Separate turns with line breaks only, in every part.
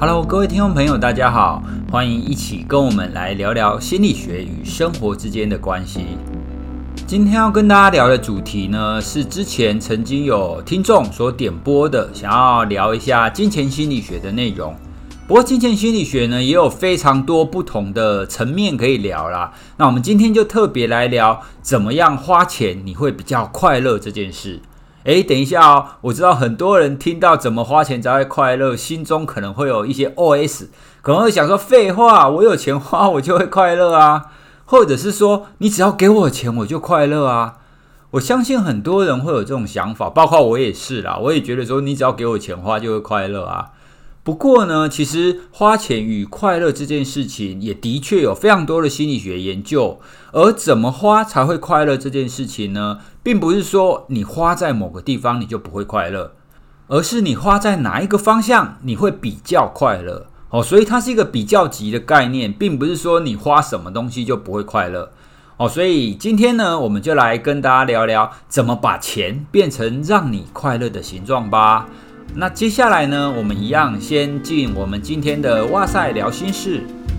Hello， 各位听众朋友，大家好，欢迎一起跟我们来聊聊心理学与生活之间的关系。今天要跟大家聊的主题呢，是之前曾经有听众所点播的，想要聊一下金钱心理学的内容。不过金钱心理学呢，也有非常多不同的层面可以聊啦。那我们今天就特别来聊，怎么样花钱你会比较快乐这件事。等一下哦，我知道很多人听到怎么花钱才会快乐，心中可能会有一些 OS， 可能会想说废话，我有钱花我就会快乐啊，或者是说你只要给我钱我就快乐啊。我相信很多人会有这种想法，包括我也是啦，我也觉得说你只要给我钱花就会快乐啊。不过呢，其实花钱与快乐这件事情也的确有非常多的心理学研究，而怎么花才会快乐这件事情呢，并不是说你花在某个地方你就不会快乐，而是你花在哪一个方向你会比较快乐。所以它是一个比较级的概念，并不是说你花什么东西就不会快乐。所以今天呢，我们就来跟大家聊聊怎么把钱变成让你快乐的形状吧。那接下来呢，我们一样先进我们今天的哇塞聊心事。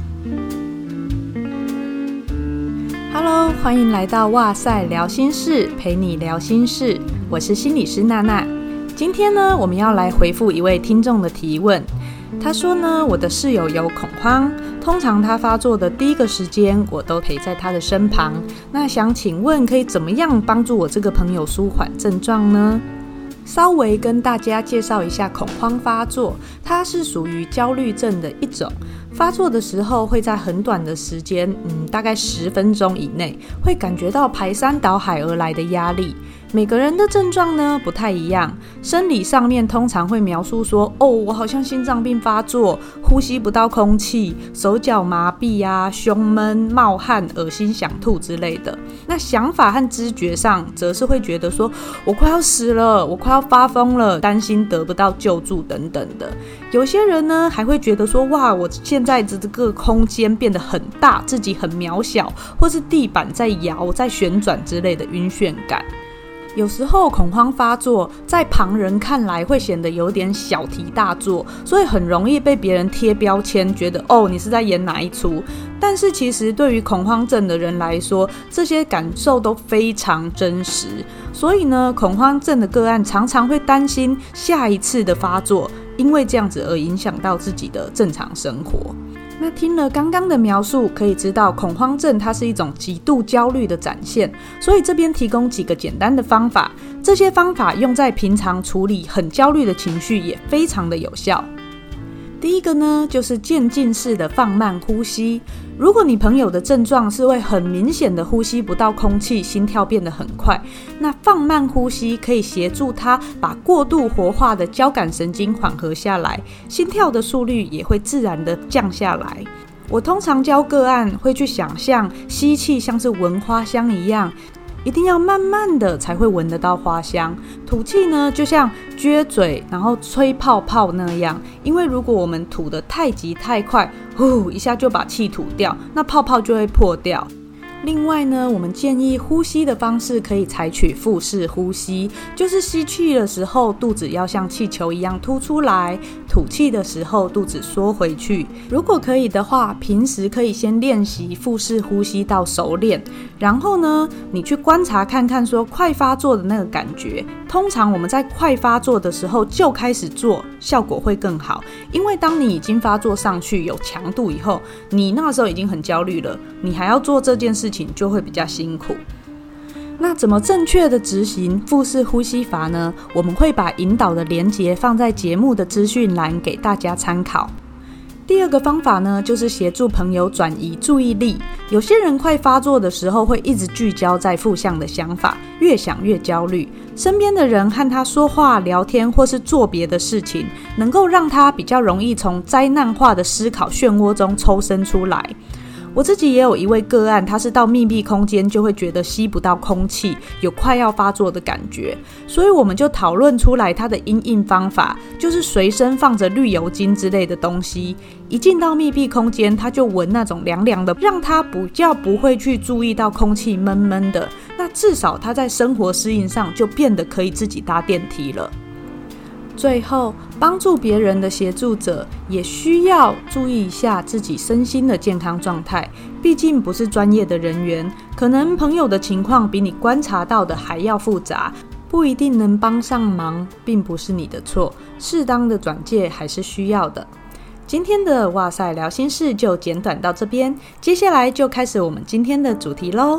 Hello， 欢迎来到哇塞聊心事，陪你聊心事，我是心理师娜娜。今天呢，我们要来回复一位听众的提问。他说呢，我的室友有恐慌，通常他发作的第一个时间，我都陪在他的身旁。那想请问，可以怎么样帮助我这个朋友舒缓症状呢？稍微跟大家介绍一下恐慌发作，它是属于焦虑症的一种。发作的时候会在很短的时间，大概10分钟以内，会感觉到排山倒海而来的压力。每个人的症状呢不太一样，生理上面通常会描述说，我好像心脏病发作，呼吸不到空气，手脚麻痹啊，胸闷、冒汗、恶心、想吐之类的。那想法和知觉上则是会觉得说，我快要死了，我快要发疯了，担心得不到救助等等的。有些人呢还会觉得说，哇，我现在这个空间变得很大，自己很渺小，或是地板在摇、在旋转之类的晕眩感。有时候恐慌发作在旁人看来会显得有点小题大做，所以很容易被别人贴标签，觉得你是在演哪一出。但是其实对于恐慌症的人来说，这些感受都非常真实。所以呢，恐慌症的个案常常会担心下一次的发作，因为这样子而影响到自己的正常生活。那听了刚刚的描述，可以知道恐慌症它是一种极度焦虑的展现，所以这边提供几个简单的方法，这些方法用在平常处理很焦虑的情绪也非常的有效。第一个呢，就是渐进式的放慢呼吸。如果你朋友的症状是会很明显的呼吸不到空气，心跳变得很快，那放慢呼吸可以协助他把过度活化的交感神经缓和下来，心跳的速率也会自然的降下来。我通常教个案会去想象吸气像是闻花香一样，一定要慢慢的才会闻得到花香。吐气呢，就像撅嘴然后吹泡泡那样，因为如果我们吐得太急太快，呼一下就把气吐掉，那泡泡就会破掉。另外呢，我们建议呼吸的方式可以采取腹式呼吸，就是吸气的时候肚子要像气球一样凸出来，吐气的时候肚子缩回去。如果可以的话，平时可以先练习腹式呼吸到熟练，然后呢，你去观察看看说快发作的那个感觉。通常我们在快发作的时候就开始做，效果会更好。因为当你已经发作上去有强度以后，你那时候已经很焦虑了，你还要做这件事情就会比较辛苦。那怎么正确的执行腹式呼吸法呢？我们会把引导的连结放在节目的资讯栏给大家参考。第二个方法呢，就是协助朋友转移注意力。有些人快发作的时候会一直聚焦在负向的想法，越想越焦虑。身边的人和他说话、聊天或是做别的事情，能够让他比较容易从灾难化的思考漩涡中抽身出来。我自己也有一位个案，他是到密闭空间就会觉得吸不到空气，有快要发作的感觉，所以我们就讨论出来他的因应方法，就是随身放着绿油精之类的东西，一进到密闭空间他就闻那种凉凉的，让他比较不会去注意到空气闷闷的，那至少他在生活适应上就变得可以自己搭电梯了。最后， 帮助别人的协助者也需要注意一下自己身心的健康状态，毕竟不是专业的人员，可能朋友的情况比你观察到的还要复杂，不一定能帮上忙，并不是你的错，适当的转介还是需要的。今天的哇塞聊心事就简短到这边，接下来就开始我们今天的主题咯。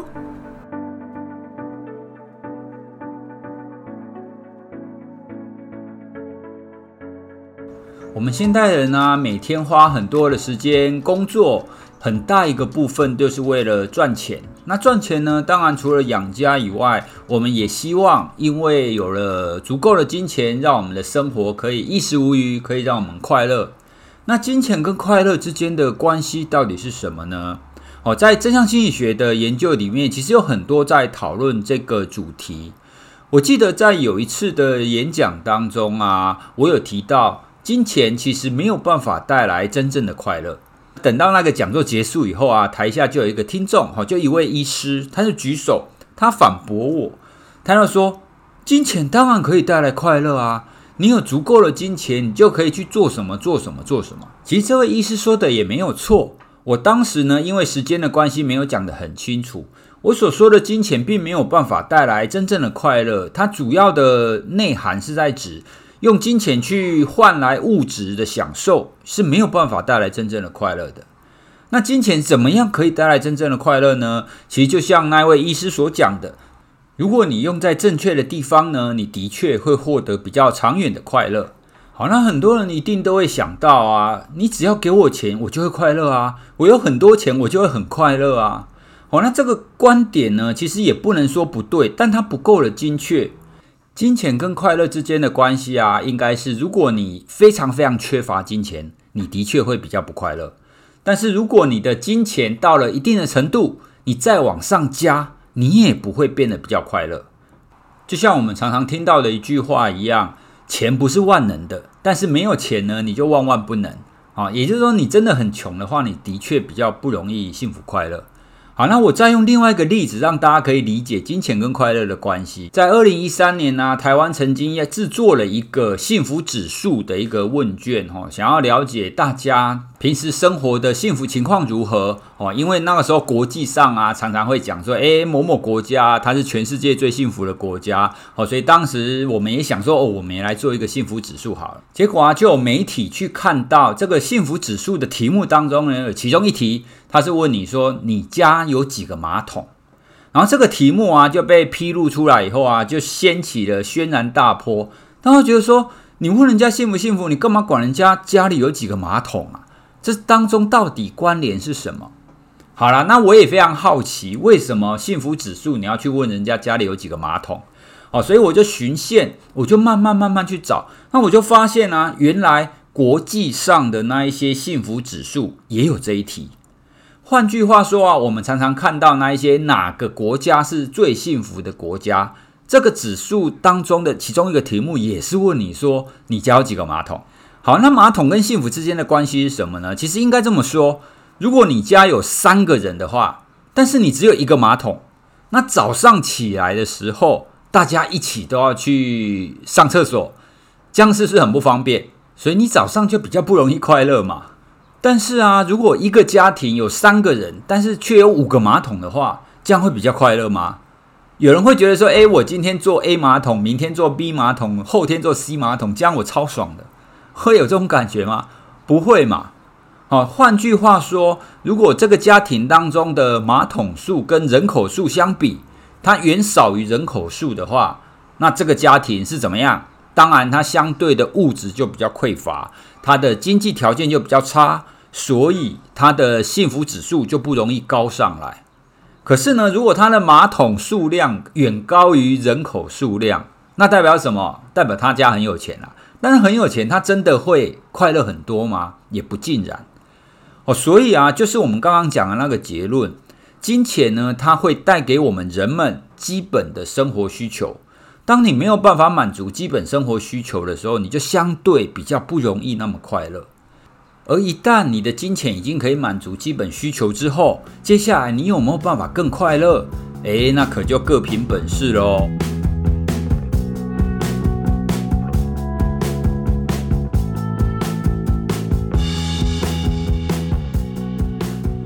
我们现代人啊，每天花很多的时间工作，很大一个部分就是为了赚钱。那赚钱呢，当然除了养家以外，我们也希望因为有了足够的金钱，让我们的生活可以衣食无虞，可以让我们快乐。那金钱跟快乐之间的关系到底是什么呢？在正向心理学的研究里面，其实有很多在讨论这个主题。我记得在有一次的演讲当中啊，我有提到金钱其实没有办法带来真正的快乐。等到那个讲座结束以后啊，台下就有一个听众，就一位医师，他就举手，他反驳我，他就说，金钱当然可以带来快乐啊，你有足够的金钱，你就可以去做什么做什么做什么。其实这位医师说的也没有错，我当时呢，因为时间的关系没有讲得很清楚，我所说的金钱并没有办法带来真正的快乐，它主要的内涵是在指用金钱去换来物质的享受是没有办法带来真正的快乐的。那金钱怎么样可以带来真正的快乐呢？其实就像那位医师所讲的，如果你用在正确的地方呢，你的确会获得比较长远的快乐。好，那很多人一定都会想到啊，你只要给我钱，我就会快乐啊，我有很多钱，我就会很快乐啊。好，那这个观点呢，其实也不能说不对，但它不够的精确。金钱跟快乐之间的关系啊，应该是如果你非常非常缺乏金钱，你的确会比较不快乐。但是如果你的金钱到了一定的程度，你再往上加，你也不会变得比较快乐。就像我们常常听到的一句话一样，钱不是万能的，但是没有钱呢，你就万万不能。也就是说，你真的很穷的话，你的确比较不容易幸福快乐。好，那我再用另外一个例子，让大家可以理解金钱跟快乐的关系。在2013年呢，台湾曾经也制作了一个幸福指数的一个问卷，想要了解大家平时生活的幸福情况如何。因为那个时候国际上啊，常常会讲说，某某国家它是全世界最幸福的国家，所以当时我们也想说，我们也来做一个幸福指数好了。结果啊，就有媒体去看到这个幸福指数的题目当中呢，有其中一题，他是问你说，你家有几个马桶？然后这个题目啊就被披露出来以后啊，就掀起了轩然大波。大家觉得说，你问人家幸不幸福，你干嘛管人家家里有几个马桶啊？这当中到底关联是什么？好啦，那我也非常好奇，为什么幸福指数你要去问人家家里有几个马桶？所以我就循线，我就慢慢去找。那我就发现啊，原来国际上的那一些幸福指数也有这一题。换句话说啊，我们常常看到那一些哪个国家是最幸福的国家，这个指数当中的其中一个题目也是问你说，你家有几个马桶？好，那马桶跟幸福之间的关系是什么呢？其实应该这么说，如果你家有3个人的话，但是你只有1个马桶，那早上起来的时候，大家一起都要去上厕所，这样是不是很不方便？所以你早上就比较不容易快乐嘛。但是啊，如果一个家庭有3个人，但是却有5个马桶的话，这样会比较快乐吗？有人会觉得说，我今天坐 A 马桶，明天坐 B 马桶，后天坐 C 马桶，这样我超爽的，会有这种感觉吗？不会嘛。换句话说，如果这个家庭当中的马桶数跟人口数相比，它远少于人口数的话，那这个家庭是怎么样？当然它相对的物质就比较匮乏，它的经济条件就比较差，所以它的幸福指数就不容易高上来。可是呢，如果它的马桶数量远高于人口数量，那代表什么？代表他家很有钱啦。但是很有钱，他真的会快乐很多吗？也不尽然。所以啊，就是我们刚刚讲的那个结论，金钱呢，它会带给我们人们基本的生活需求。当你没有办法满足基本生活需求的时候，你就相对比较不容易那么快乐。而一旦你的金钱已经可以满足基本需求之后，接下来你有没有办法更快乐？那可就各凭本事咯。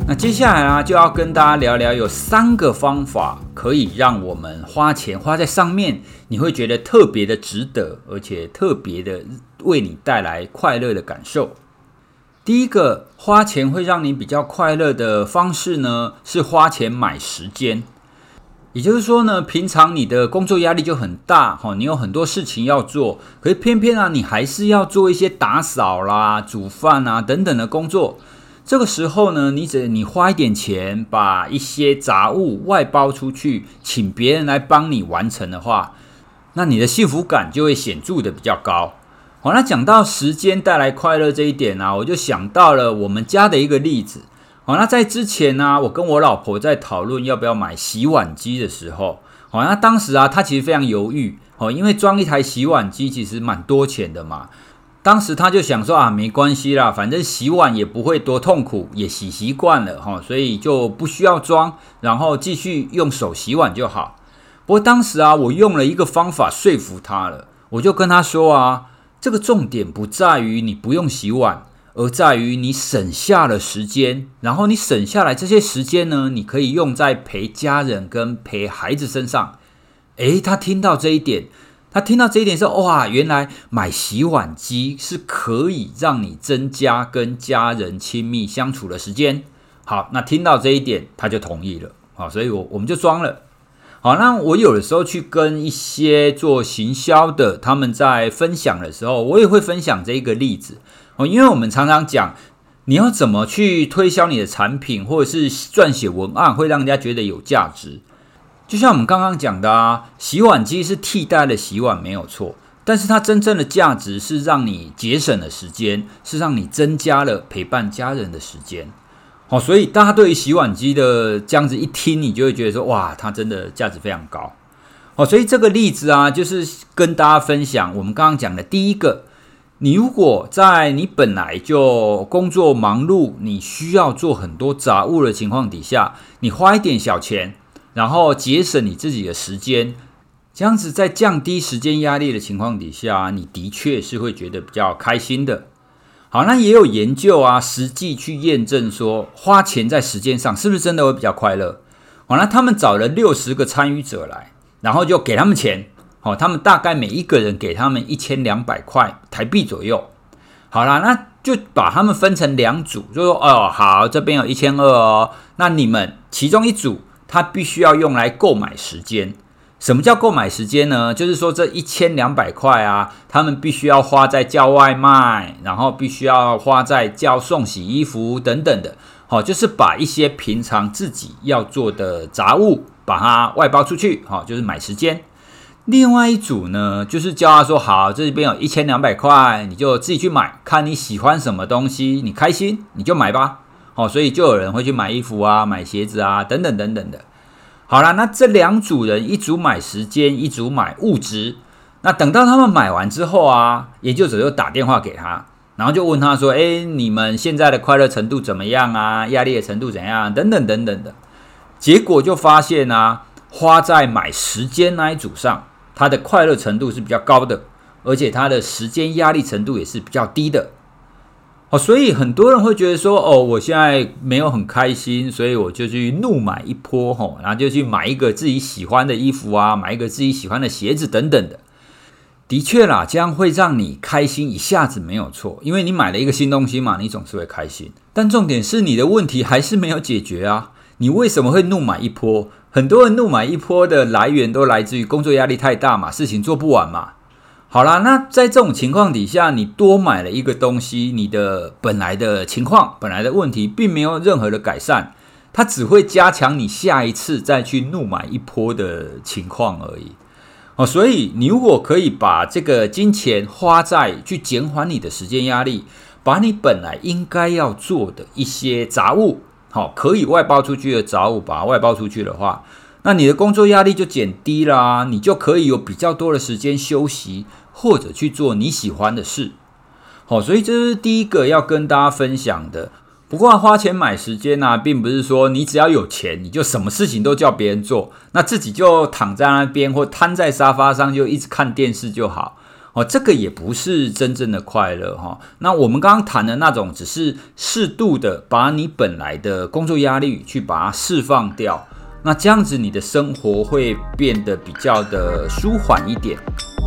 那接下来就要跟大家聊聊有3个方法可以让我们花钱花在上面，你会觉得特别的值得，而且特别的为你带来快乐的感受。第一个花钱会让你比较快乐的方式呢，是花钱买时间。也就是说呢，平常你的工作压力就很大，你有很多事情要做，可是偏偏你还是要做一些打扫啦、煮饭啊等等的工作。这个时候呢，你花一点钱把一些杂物外包出去，请别人来帮你完成的话，那你的幸福感就会显著的比较高。那讲到时间带来快乐这一点我就想到了我们家的一个例子。那在之前我跟我老婆在讨论要不要买洗碗机的时候，那当时她其实非常犹豫，因为装一台洗碗机其实蛮多钱的嘛。当时他就想说没关系啦，反正洗碗也不会多痛苦，也洗习惯了所以就不需要装，然后继续用手洗碗就好。不过当时我用了一个方法说服他了，我就跟他说这个重点不在于你不用洗碗，而在于你省下了时间，然后你省下来这些时间呢，你可以用在陪家人跟陪孩子身上。他听到这一点说，哇，原来买洗碗机是可以让你增加跟家人亲密相处的时间。好，那听到这一点他就同意了。好，所以我们就装了。好，那我有的时候去跟一些做行销的，他们在分享的时候，我也会分享这一个例子。因为我们常常讲，你要怎么去推销你的产品，或者是撰写文案，会让人家觉得有价值。就像我们刚刚讲的洗碗机是替代了洗碗没有错，但是它真正的价值是让你节省了时间，是让你增加了陪伴家人的时间。所以大家对于洗碗机的这样子一听，你就会觉得说，哇，它真的价值非常高。所以这个例子就是跟大家分享我们刚刚讲的第一个，你如果在你本来就工作忙碌，你需要做很多杂物的情况底下，你花一点小钱，然后节省你自己的时间，这样子在降低时间压力的情况底下，你的确是会觉得比较开心的。好，那也有研究实际去验证说，花钱在时间上是不是真的会比较快乐。那他们找了60个参与者来，然后就给他们钱，他们大概每一个人给他们1200块台币左右。好啦，那就把他们分成2组，就说好，这边有1200那你们其中一组他必须要用来购买时间。什么叫购买时间呢？就是说这1200块他们必须要花在叫外卖，然后必须要花在叫送洗衣服等等的。就是把一些平常自己要做的杂物把它外包出去，就是买时间。另外一组呢，就是叫他说，好，这边有1200块，你就自己去买，看你喜欢什么东西，你开心你就买吧。所以就有人会去买衣服买鞋子等等等等的。好啦，那这2组人，一组买时间，一组买物质。那等到他们买完之后研究者就打电话给他，然后就问他说，你们现在的快乐程度怎么样压力的程度怎样等等等等的。结果就发现花在买时间那一组上，他的快乐程度是比较高的，而且他的时间压力程度也是比较低的。所以很多人会觉得说，我现在没有很开心，所以我就去怒买一波，然后就去买一个自己喜欢的衣服买一个自己喜欢的鞋子等等的。的确啦，这样会让你开心一下子没有错，因为你买了一个新东西嘛，你总是会开心。但重点是你的问题还是没有解决你为什么会怒买一波？很多人怒买一波的来源都来自于工作压力太大嘛，事情做不完嘛。好啦，那在这种情况底下，你多买了一个东西，你的本来的情况，本来的问题并没有任何的改善，它只会加强你下一次再去怒买一波的情况而已。所以你如果可以把这个金钱花在去减缓你的时间压力，把你本来应该要做的一些杂物，可以外包出去的杂物把它外包出去的话，那你的工作压力就减低啦，你就可以有比较多的时间休息，或者去做你喜欢的事。所以这是第一个要跟大家分享的。不过花钱买时间并不是说你只要有钱你就什么事情都叫别人做，那自己就躺在那边或瘫在沙发上就一直看电视就好。 这个也不是真正的快乐那我们刚刚谈的那种只是适度的把你本来的工作压力去把它释放掉，那这样子你的生活会变得比较的舒缓一点。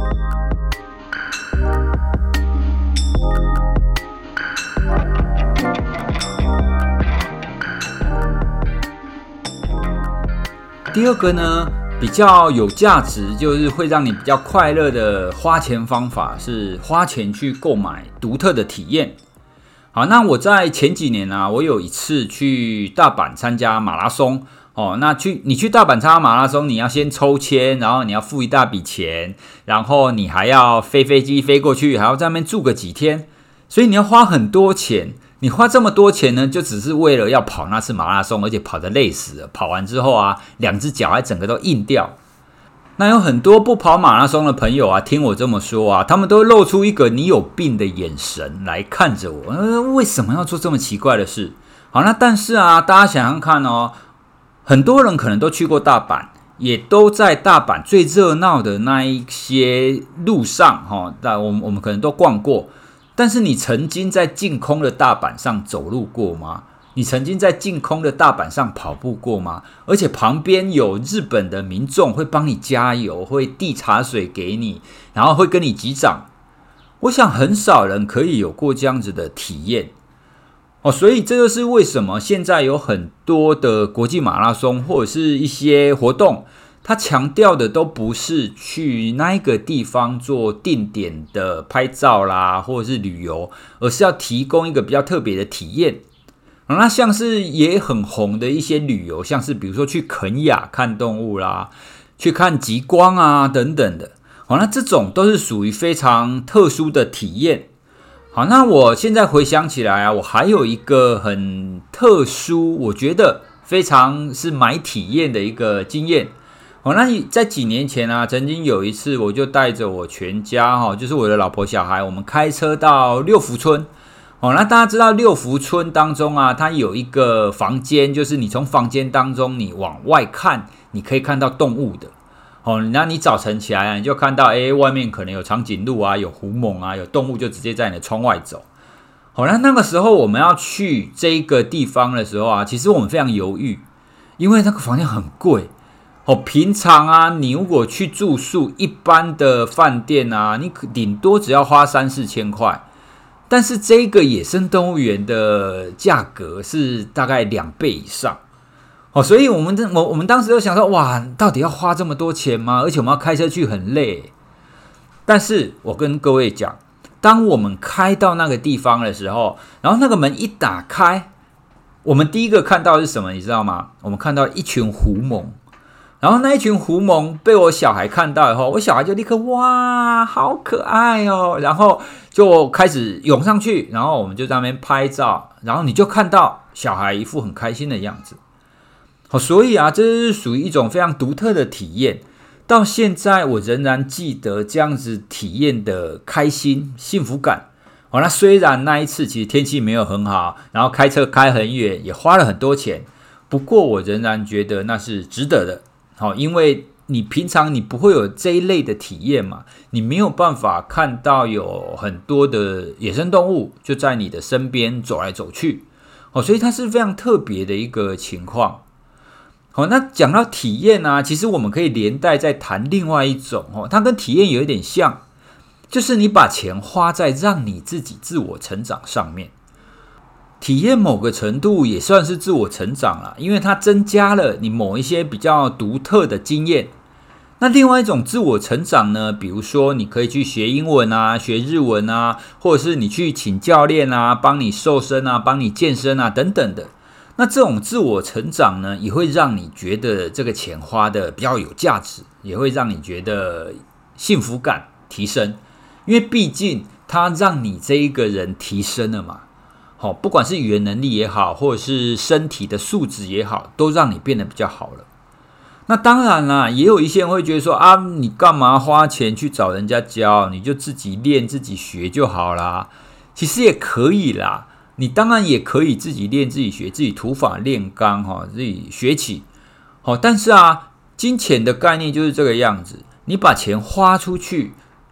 第二个呢，比较有价值，就是会让你比较快乐的花钱方法是花钱去购买独特的体验。好，那我在前几年我有一次去大阪参加马拉松那你去大阪参加马拉松，你要先抽签，然后你要付一大笔钱，然后你还要飞飞机飞过去，还要在那边住个几天，所以你要花很多钱。你花这么多钱呢，就只是为了要跑那次马拉松，而且跑得累死了。跑完之后两只脚还整个都硬掉。那有很多不跑马拉松的朋友听我这么说他们都露出一个你有病的眼神来看着我。为什么要做这么奇怪的事？好，那但是大家想想看很多人可能都去过大阪，也都在大阪最热闹的那一些路上我们可能都逛过。但是你曾经在净空的大阪上走路过吗？你曾经在净空的大阪上跑步过吗？而且旁边有日本的民众会帮你加油，会递茶水给你，然后会跟你击掌。我想很少人可以有过这样子的体验所以这就是为什么现在有很多的国际马拉松或者是一些活动，他强调的都不是去那一个地方做定点的拍照啦，或者是旅游，而是要提供一个比较特别的体验。那像是也很红的一些旅游，像是比如说去肯亚看动物啦，去看极光等等的。那这种都是属于非常特殊的体验。好，那我现在回想起来我还有一个很特殊，我觉得非常是买体验的一个经验。那在几年前曾经有一次，我就带着我全家就是我的老婆小孩，我们开车到六福村。那大家知道六福村当中它有一个房间，就是你从房间当中你往外看，你可以看到动物的。那你早晨起来你就看到外面可能有长颈鹿有狐獴有动物就直接在你的窗外走。那个时候我们要去这个地方的时候其实我们非常犹豫，因为那个房间很贵。平常你如果去住宿一般的饭店你顶多只要花3-4千块，但是这个野生动物园的价格是大概2倍以上。所以我们当时就想说，哇，到底要花这么多钱吗？而且我们要开车去很累。但是我跟各位讲，当我们开到那个地方的时候，然后那个门一打开，我们第一个看到的是什么，你知道吗？我们看到一群狐獴。然后那一群狐獴被我小孩看到以后，我小孩就立刻哇，好可爱然后就开始涌上去，然后我们就在那边拍照，然后你就看到小孩一副很开心的样子。所以这是属于一种非常独特的体验。到现在我仍然记得这样子体验的开心、幸福感。那虽然那一次其实天气没有很好，然后开车开很远，也花了很多钱，不过我仍然觉得那是值得的。因为你平常你不会有这一类的体验嘛，你没有办法看到有很多的野生动物就在你的身边走来走去所以它是非常特别的一个情况。那讲到体验其实我们可以连带再谈另外一种它跟体验有一点像，就是你把钱花在让你自己自我成长上面。体验某个程度也算是自我成长啦，因为它增加了你某一些比较独特的经验。那另外一种自我成长呢，比如说你可以去学英文学日文或者是你去请教练帮你瘦身帮你健身等等的。那这种自我成长呢，也会让你觉得这个钱花的比较有价值，也会让你觉得幸福感提升，因为毕竟它让你这一个人提升了嘛。不管是语言能力也好，或者是身体的素质也好，都让你变得比较好了。那当然啦，也有一些人会觉得说你干嘛花钱去找人家教，你就自己练自己学就好啦。其实也可以啦，你当然也可以自己练自己学，自己土法炼钢自己学起。但是金钱的概念就是这个样子，你把钱花出去，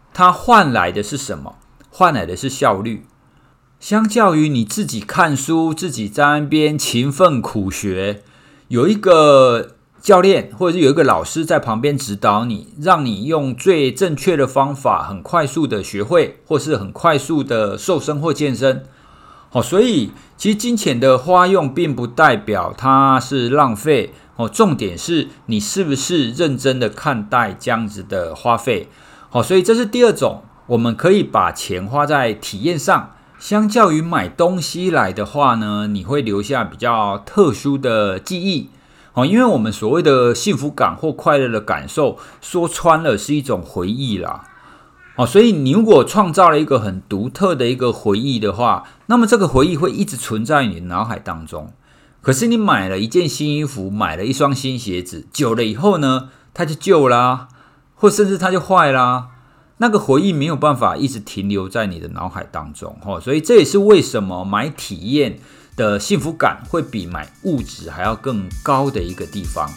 它换来的是什么？换来的是效率。相较于你自己看书，自己在那边勤奋苦学，有一个教练或者是有一个老师在旁边指导你，让你用最正确的方法很快速的学会，或是很快速的瘦身或健身。所以其实金钱的花用并不代表它是浪费，重点是你是不是认真的看待这样子的花费。所以这是第二种，我们可以把钱花在体验上。相较于买东西来的话呢，你会留下比较特殊的记忆。因为我们所谓的幸福感或快乐的感受，说穿了是一种回忆啦。所以你如果创造了一个很独特的一个回忆的话，那么这个回忆会一直存在你的脑海当中。可是你买了一件新衣服，买了一双新鞋子，久了以后呢，它就旧啦，或甚至它就坏啦。那个回忆没有办法一直停留在你的脑海当中，所以这也是为什么买体验的幸福感会比买物质还要更高的一个地方。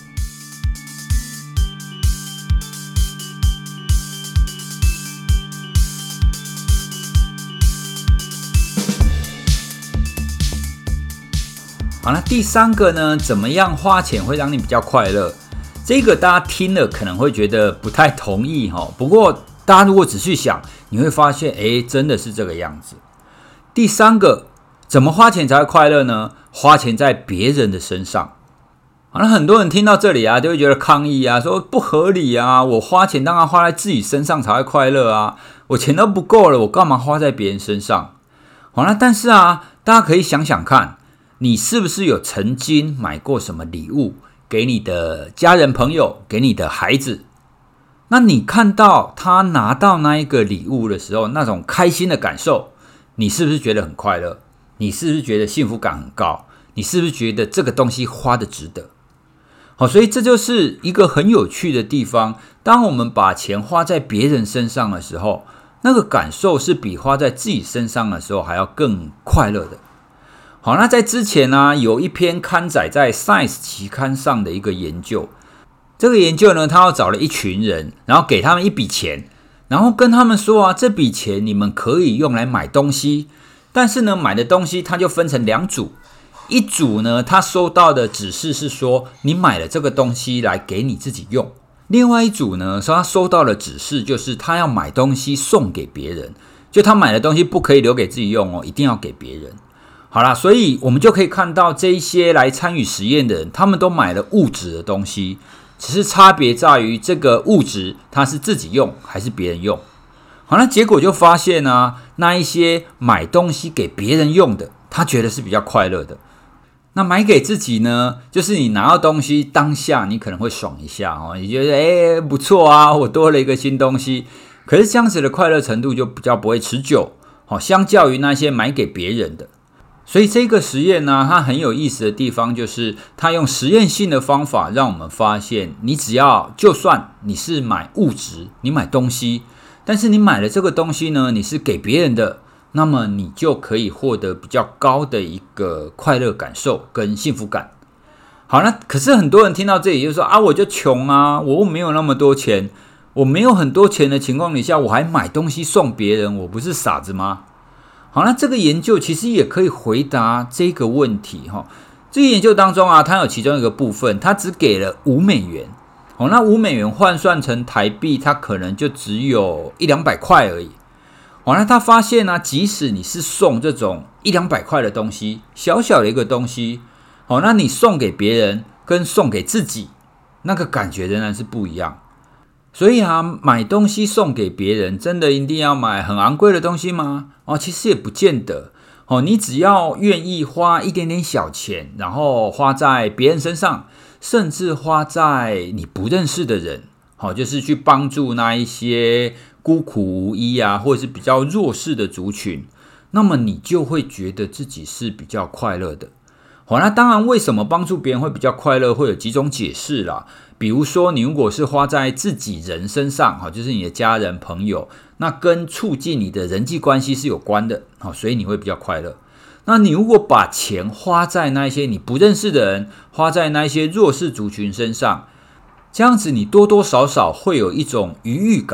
好，那第三个呢，怎么样花钱会让你比较快乐？这个大家听了可能会觉得不太同意，不过大家如果仔细想，你会发现真的是这个样子。第三个，怎么花钱才会快乐呢？花钱在别人的身上。好，那很多人听到这里啊，就会觉得抗议啊，说不合理啊，我花钱当然花在自己身上才会快乐啊，我钱都不够了，我干嘛花在别人身上？好，那但是啊，大家可以想想看，你是不是有曾经买过什么礼物给你的家人朋友，给你的孩子？那你看到他拿到那一个礼物的时候，那种开心的感受，你是不是觉得很快乐？你是不是觉得幸福感很高？你是不是觉得这个东西花的值得？好，所以这就是一个很有趣的地方。当我们把钱花在别人身上的时候，那个感受是比花在自己身上的时候还要更快乐的。好，那在之前呢，有一篇刊载在 Science 期刊上的一个研究。这个研究呢，他要找了一群人，然后给他们一笔钱，然后跟他们说啊，这笔钱你们可以用来买东西，但是呢，买的东西它就分成两组，一组呢，他收到的指示是说，你买了这个东西来给你自己用；另外一组呢，他收到的指示就是他要买东西送给别人，就他买的东西不可以留给自己用哦，一定要给别人。好啦，所以我们就可以看到这一些来参与实验的人，他们都买了物质的东西，只是差别在于这个物质它是自己用还是别人用。好，那结果就发现啊，那一些买东西给别人用的，他觉得是比较快乐的。那买给自己呢，就是你拿到东西当下你可能会爽一下哦，你觉得不错啊，我多了一个新东西。可是这样子的快乐程度就比较不会持久，相较于那些买给别人的。所以这个实验呢，它很有意思的地方就是它用实验性的方法让我们发现，你只要就算你是买物质，你买东西，但是你买了这个东西呢，你是给别人的，那么你就可以获得比较高的一个快乐感受跟幸福感。好，那可是很多人听到这里就说啊，我就穷啊，我没有那么多钱，我没有很多钱的情况底下，我还买东西送别人，我不是傻子吗？好，那这个研究其实也可以回答这个问题哈。这个研究当中啊，它有其中一个部分，它只给了$5。那$5换算成台币，它可能就只有100-200块而已。那他发现呢，即使你是送这种100-200块的东西，小小的一个东西，那你送给别人跟送给自己，那个感觉仍然是不一样。所以啊，买东西送给别人，真的一定要买很昂贵的东西吗？其实也不见得。你只要愿意花一点点小钱，然后花在别人身上，甚至花在你不认识的人，就是去帮助那一些孤苦无依啊，或者是比较弱势的族群，那么你就会觉得自己是比较快乐的。那当然，为什么帮助别人会比较快乐，会有几种解释啦。比如说，你如果是花在自己人身上，就是你的家人朋友，那跟促进你的人际关系是有关的，所以你会比较快乐。那你如果把钱花在那些你不认识的人，花在那些弱势族群身上，这样子你多多少少会有一种愉悦感，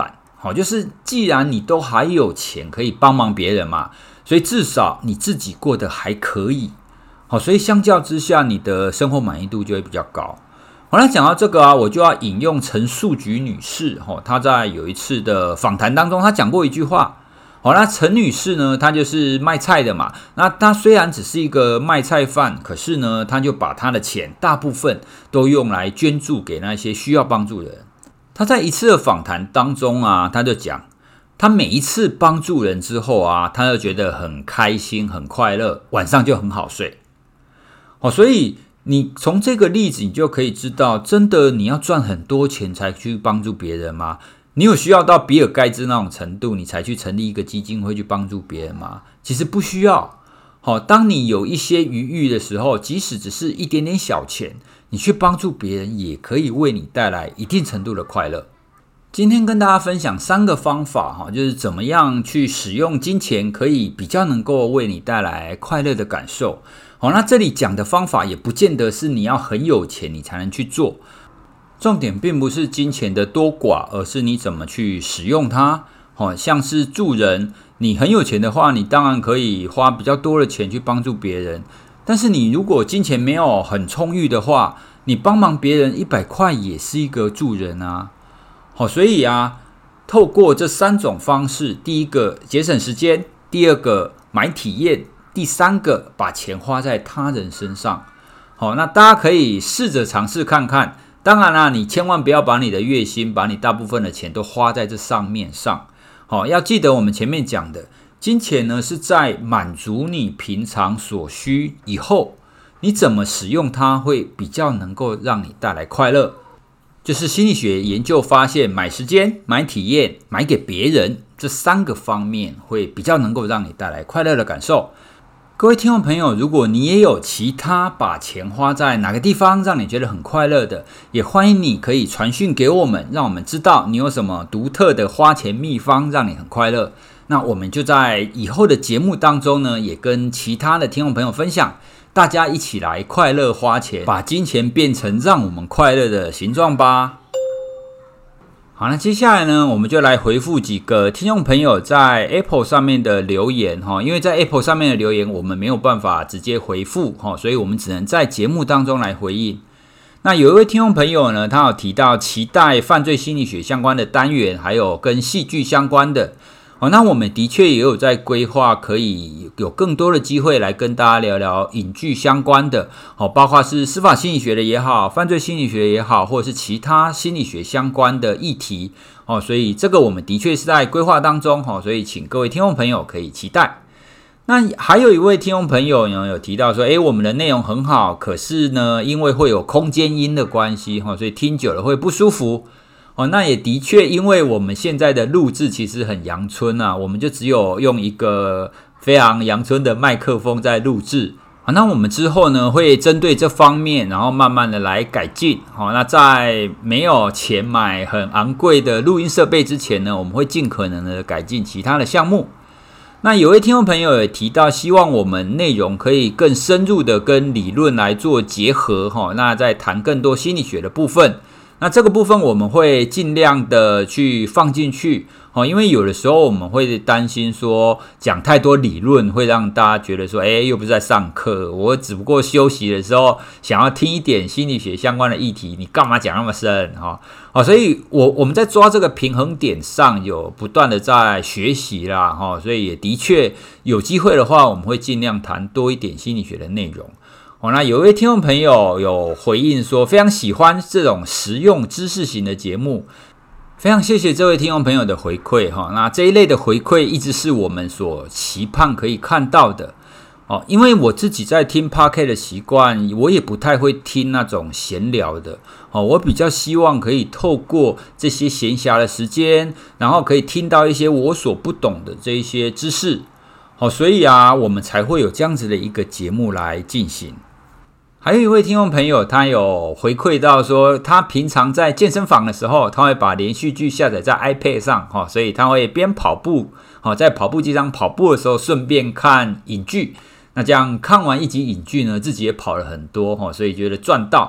就是既然你都还有钱可以帮忙别人嘛，所以至少你自己过得还可以，所以相较之下你的生活满意度就会比较高。那讲到这个我就要引用陈素菊女士，她在有一次的访谈当中，她讲过一句话。那陈女士呢，她就是卖菜的嘛，那她虽然只是一个卖菜贩，可是呢，她就把她的钱大部分都用来捐助给那些需要帮助的人。她在一次的访谈当中她就讲，她每一次帮助人之后她就觉得很开心很快乐，晚上就很好睡。所以你从这个例子你就可以知道，真的你要赚很多钱才去帮助别人吗？你有需要到比尔盖茨那种程度你才去成立一个基金会去帮助别人吗？其实不需要。当你有一些余裕的时候，即使只是一点点小钱，你去帮助别人也可以为你带来一定程度的快乐。今天跟大家分享3个方法，就是怎么样去使用金钱可以比较能够为你带来快乐的感受。那这里讲的方法也不见得是你要很有钱你才能去做，重点并不是金钱的多寡，而是你怎么去使用它。像是助人，你很有钱的话，你当然可以花比较多的钱去帮助别人，但是你如果金钱没有很充裕的话，你帮忙别人100块也是一个助人所以透过这3种方式，第一个节省时间，第二个买体验，第三个把钱花在他人身上。那大家可以试着尝试看看。当然你千万不要把你的月薪，把你大部分的钱都花在这上面上。要记得我们前面讲的，金钱呢是在满足你平常所需以后，你怎么使用它会比较能够让你带来快乐。就是心理学研究发现，买时间、买体验、买给别人，这3个方面会比较能够让你带来快乐的感受。各位听众朋友，如果你也有其他把钱花在哪个地方让你觉得很快乐的，也欢迎你可以传讯给我们，让我们知道你有什么独特的花钱秘方让你很快乐。那我们就在以后的节目当中呢，也跟其他的听众朋友分享，大家一起来快乐花钱，把金钱变成让我们快乐的形状吧。好，那接下来呢，我们就来回复几个听众朋友在 Apple 上面的留言。因为在 Apple 上面的留言我们没有办法直接回复，所以我们只能在节目当中来回应。那有一位听众朋友呢，他有提到期待犯罪心理学相关的单元，还有跟戏剧相关的。那我们的确也有在规划，可以有更多的机会来跟大家聊聊影剧相关的，包括是司法心理学的也好，犯罪心理学也好，或者是其他心理学相关的议题，所以这个我们的确是在规划当中，所以请各位听众朋友可以期待。那还有一位听众朋友有提到说，我们的内容很好，可是呢，因为会有空间音的关系，所以听久了会不舒服。那也的确，因为我们现在的录制其实很阳春我们就只有用一个非常阳春的麦克风在录制。那我们之后呢，会针对这方面，然后慢慢的来改进。那在没有钱买很昂贵的录音设备之前呢，我们会尽可能的改进其他的项目。那有位听众朋友也提到，希望我们内容可以更深入的跟理论来做结合，那再谈更多心理学的部分。那这个部分我们会尽量的去放进去，因为有的时候我们会担心说讲太多理论会让大家觉得说又不是在上课，我只不过休息的时候想要听一点心理学相关的议题，你干嘛讲那么深所以我们在抓这个平衡点上有不断的在学习啦所以也的确有机会的话，我们会尽量谈多一点心理学的内容。那有一位听众朋友有回应说，非常喜欢这种实用知识型的节目，非常谢谢这位听众朋友的回馈那这一类的回馈一直是我们所期盼可以看到的因为我自己在听 Podcast 的习惯，我也不太会听那种闲聊的我比较希望可以透过这些闲暇的时间，然后可以听到一些我所不懂的这一些知识所以我们才会有这样子的一个节目来进行。还有一位听众朋友，他有回馈到说，他平常在健身房的时候，他会把连续剧下载在 iPad 上所以他会边跑步在跑步机上跑步的时候顺便看影剧。那这样看完一集影剧呢，自己也跑了很多所以觉得赚到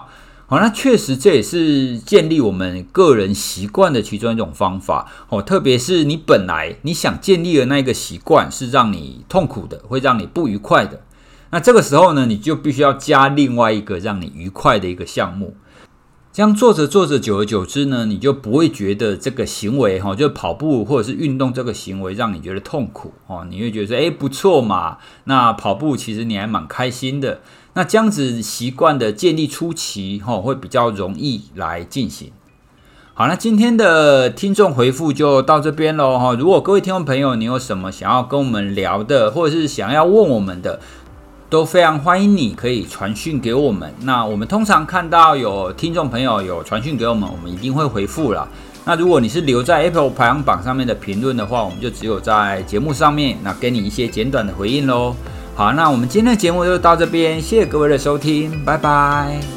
好，那确实这也是建立我们个人习惯的其中一种方法哦。特别是你本来你想建立的那个习惯是让你痛苦的，会让你不愉快的，那这个时候呢，你就必须要加另外一个让你愉快的一个项目。这样做着做着，久而久之呢，你就不会觉得这个行为就跑步或者是运动这个行为让你觉得痛苦你会觉得说不错嘛，那跑步其实你还蛮开心的。那这样子习惯的建立初期会比较容易来进行。好，那今天的听众回复就到这边咯。如果各位听众朋友你有什么想要跟我们聊的，或者是想要问我们的，都非常欢迎你可以传讯给我们。那我们通常看到有听众朋友有传讯给我们，我们一定会回复啦。那如果你是留在 Apple 排行榜上面的评论的话，我们就只有在节目上面给你一些简短的回应咯。好，那我们今天的节目就到这边，谢谢各位的收听，拜拜。